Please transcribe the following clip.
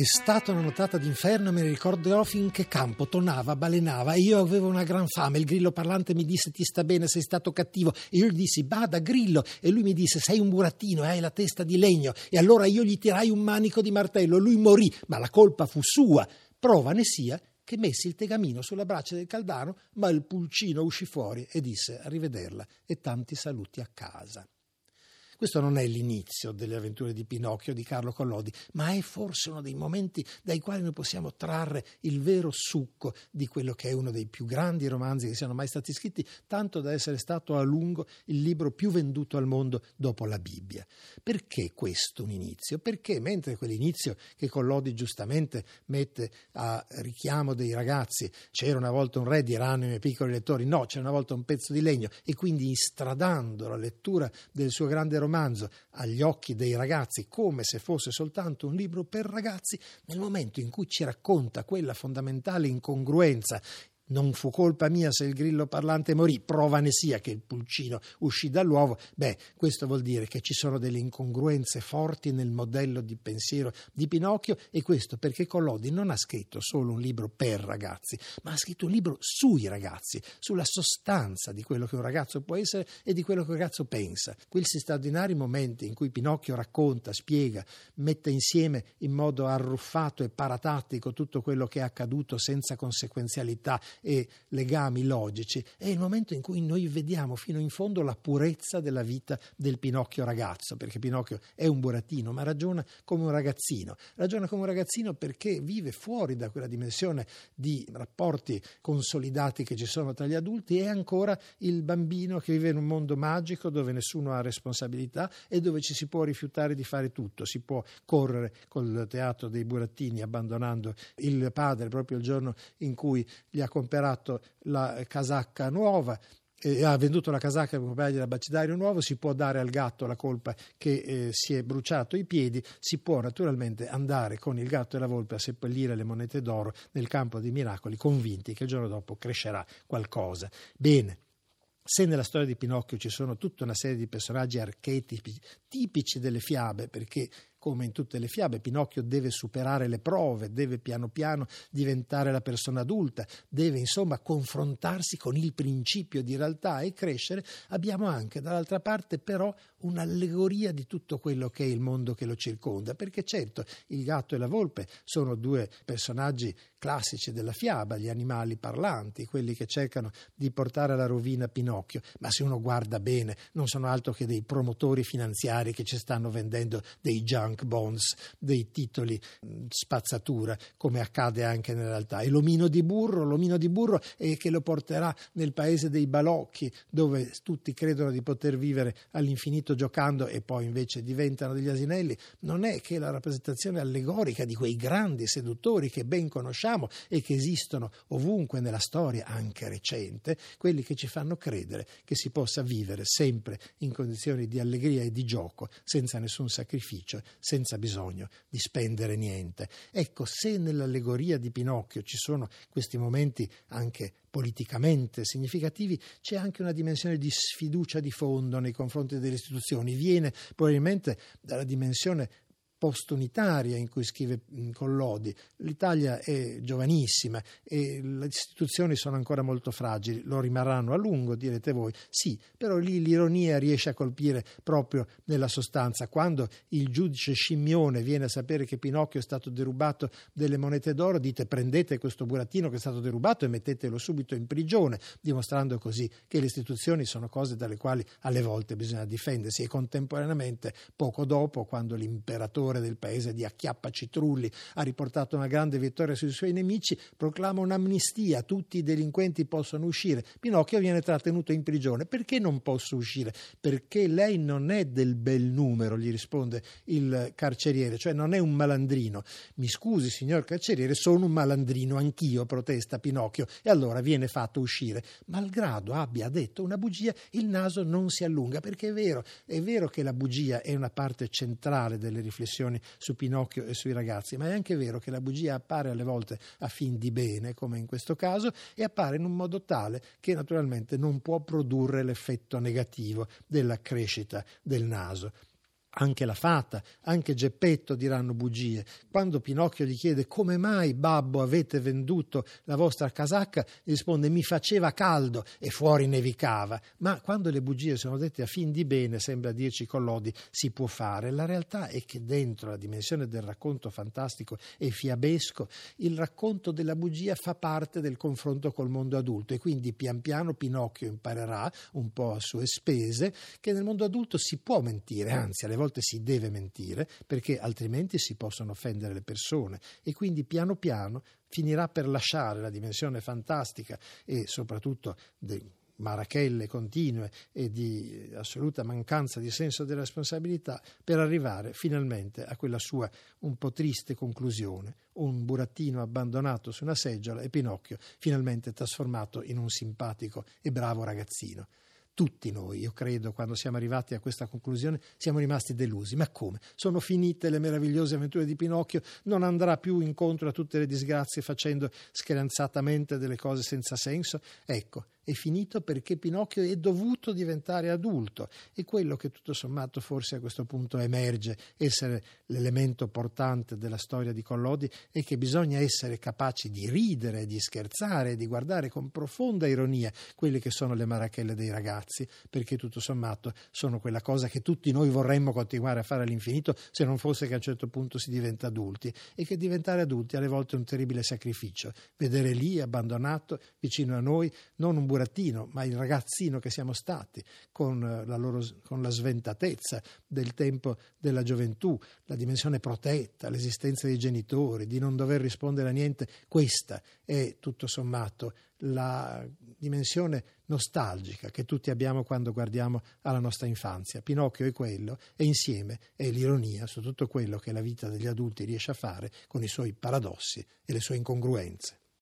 stata una notata d'inferno, me ne ricorderò finché campo tonava, balenava e io avevo una gran fame. Il grillo parlante mi disse: ti sta bene, sei stato cattivo. E io gli dissi: bada grillo. E lui mi disse: sei un burattino e hai la testa di legno. E allora io gli tirai un manico di martello e lui morì, ma la colpa fu sua. Prova ne sia che messi il tegamino sulla braccia del Caldano, ma il pulcino uscì fuori e disse: arrivederla e tanti saluti a casa. Questo non è l'inizio delle avventure di Pinocchio di Carlo Collodi, ma è forse uno dei momenti dai quali noi possiamo trarre il vero succo di quello che è uno dei più grandi romanzi che siano mai stati scritti, tanto da essere stato a lungo il libro più venduto al mondo dopo la Bibbia. Perché questo un inizio? Perché mentre quell'inizio che Collodi giustamente mette a richiamo dei ragazzi, c'era una volta un re, diranno i miei piccoli lettori, no, c'era una volta un pezzo di legno, e quindi istradando la lettura del suo grande romanzo agli occhi dei ragazzi come se fosse soltanto un libro per ragazzi, nel momento in cui ci racconta quella fondamentale incongruenza: non fu colpa mia se il grillo parlante morì, prova ne sia che il pulcino uscì dall'uovo. Questo vuol dire che ci sono delle incongruenze forti nel modello di pensiero di Pinocchio, e questo perché Collodi non ha scritto solo un libro per ragazzi, ma ha scritto un libro sui ragazzi, sulla sostanza di quello che un ragazzo può essere e di quello che un ragazzo pensa. Questi straordinari momenti in cui Pinocchio racconta, spiega, mette insieme in modo arruffato e paratattico tutto quello che è accaduto senza conseguenzialità e legami logici, è il momento in cui noi vediamo fino in fondo la purezza della vita del Pinocchio ragazzo, perché Pinocchio è un burattino ma ragiona come un ragazzino perché vive fuori da quella dimensione di rapporti consolidati che ci sono tra gli adulti. È ancora il bambino che vive in un mondo magico dove nessuno ha responsabilità e dove ci si può rifiutare di fare tutto. Si può correre col teatro dei burattini abbandonando il padre proprio il giorno in cui gli ha comprato la casacca nuova, ha venduto la casacca per comprargli l'abbacedario nuovo. Si può dare al gatto la colpa che si è bruciato i piedi. Si può naturalmente andare con il gatto e la volpe a seppellire le monete d'oro nel campo dei miracoli, convinti che il giorno dopo crescerà qualcosa. Bene, se nella storia di Pinocchio ci sono tutta una serie di personaggi archetipi tipici delle fiabe, perché come in tutte le fiabe Pinocchio deve superare le prove, deve piano piano diventare la persona adulta, deve insomma confrontarsi con il principio di realtà e crescere, abbiamo anche dall'altra parte però un'allegoria di tutto quello che è il mondo che lo circonda, perché certo il gatto e la volpe sono due personaggi classici della fiaba, gli animali parlanti, quelli che cercano di portare alla rovina Pinocchio, ma se uno guarda bene non sono altro che dei promotori finanziari che ci stanno vendendo dei junk bonds, dei titoli spazzatura, come accade anche nella realtà. E l'omino di burro è che lo porterà nel paese dei balocchi, dove tutti credono di poter vivere all'infinito giocando e poi invece diventano degli asinelli. Non è che la rappresentazione allegorica di quei grandi seduttori che ben conosciamo e che esistono ovunque nella storia, anche recente, quelli che ci fanno credere che si possa vivere sempre in condizioni di allegria e di gioco, senza nessun sacrificio, senza bisogno di spendere niente. Ecco, se nell'allegoria di Pinocchio ci sono questi momenti anche politicamente significativi, c'è anche una dimensione di sfiducia di fondo nei confronti delle istituzioni. Viene probabilmente dalla dimensione post-unitaria in cui scrive Collodi. L'Italia è giovanissima e le istituzioni sono ancora molto fragili, lo rimarranno a lungo, direte voi. Sì, però lì l'ironia riesce a colpire proprio nella sostanza. Quando il giudice Scimmione viene a sapere che Pinocchio è stato derubato delle monete d'oro, dite: prendete questo burattino che è stato derubato e mettetelo subito in prigione, dimostrando così che le istituzioni sono cose dalle quali alle volte bisogna difendersi. E contemporaneamente, poco dopo, quando l'imperatore del paese di Acchiappacitrulli ha riportato una grande vittoria sui suoi nemici, proclama un'amnistia, tutti i delinquenti possono uscire. Pinocchio viene trattenuto in prigione. Perché non posso uscire? Perché lei non è del bel numero, gli risponde il carceriere, cioè non è un malandrino. Mi scusi, signor carceriere, sono un malandrino anch'io, protesta Pinocchio, e allora viene fatto uscire. Malgrado abbia detto una bugia, il naso non si allunga, perché è vero che la bugia è una parte centrale delle riflessioni su Pinocchio e sui ragazzi, ma è anche vero che la bugia appare alle volte a fin di bene, come in questo caso, e appare in un modo tale che naturalmente non può produrre l'effetto negativo della crescita del naso. Anche la fata, anche Geppetto diranno bugie. Quando Pinocchio gli chiede come mai, babbo, avete venduto la vostra casacca, gli risponde mi faceva caldo e fuori nevicava. Ma quando le bugie sono dette a fin di bene, sembra dirci Collodi, si può fare. La realtà è che dentro la dimensione del racconto fantastico e fiabesco, il racconto della bugia fa parte del confronto col mondo adulto, e quindi pian piano Pinocchio imparerà, un po' a sue spese, che nel mondo adulto si può mentire, anzi alle volte si deve mentire, perché altrimenti si possono offendere le persone, e quindi piano piano finirà per lasciare la dimensione fantastica e soprattutto marachelle continue e di assoluta mancanza di senso della responsabilità, per arrivare finalmente a quella sua un po' triste conclusione: un burattino abbandonato su una seggiola e Pinocchio finalmente trasformato in un simpatico e bravo ragazzino. Tutti noi, io credo, quando siamo arrivati a questa conclusione siamo rimasti delusi. Ma come? Sono finite le meravigliose avventure di Pinocchio? Non andrà più incontro a tutte le disgrazie facendo scherzatamente delle cose senza senso? Ecco, è finito perché Pinocchio è dovuto diventare adulto, e quello che tutto sommato forse a questo punto emerge essere l'elemento portante della storia di Collodi è che bisogna essere capaci di ridere, di scherzare, di guardare con profonda ironia quelle che sono le marachelle dei ragazzi, perché tutto sommato sono quella cosa che tutti noi vorremmo continuare a fare all'infinito, se non fosse che a un certo punto si diventa adulti, e che diventare adulti alle volte è un terribile sacrificio. Vedere lì abbandonato vicino a noi non un burattino, ma il ragazzino che siamo stati, con la sventatezza del tempo della gioventù, la dimensione protetta, l'esistenza dei genitori, di non dover rispondere a niente, questa è tutto sommato la dimensione nostalgica che tutti abbiamo quando guardiamo alla nostra infanzia. Pinocchio è quello, e insieme è l'ironia su tutto quello che la vita degli adulti riesce a fare con i suoi paradossi e le sue incongruenze.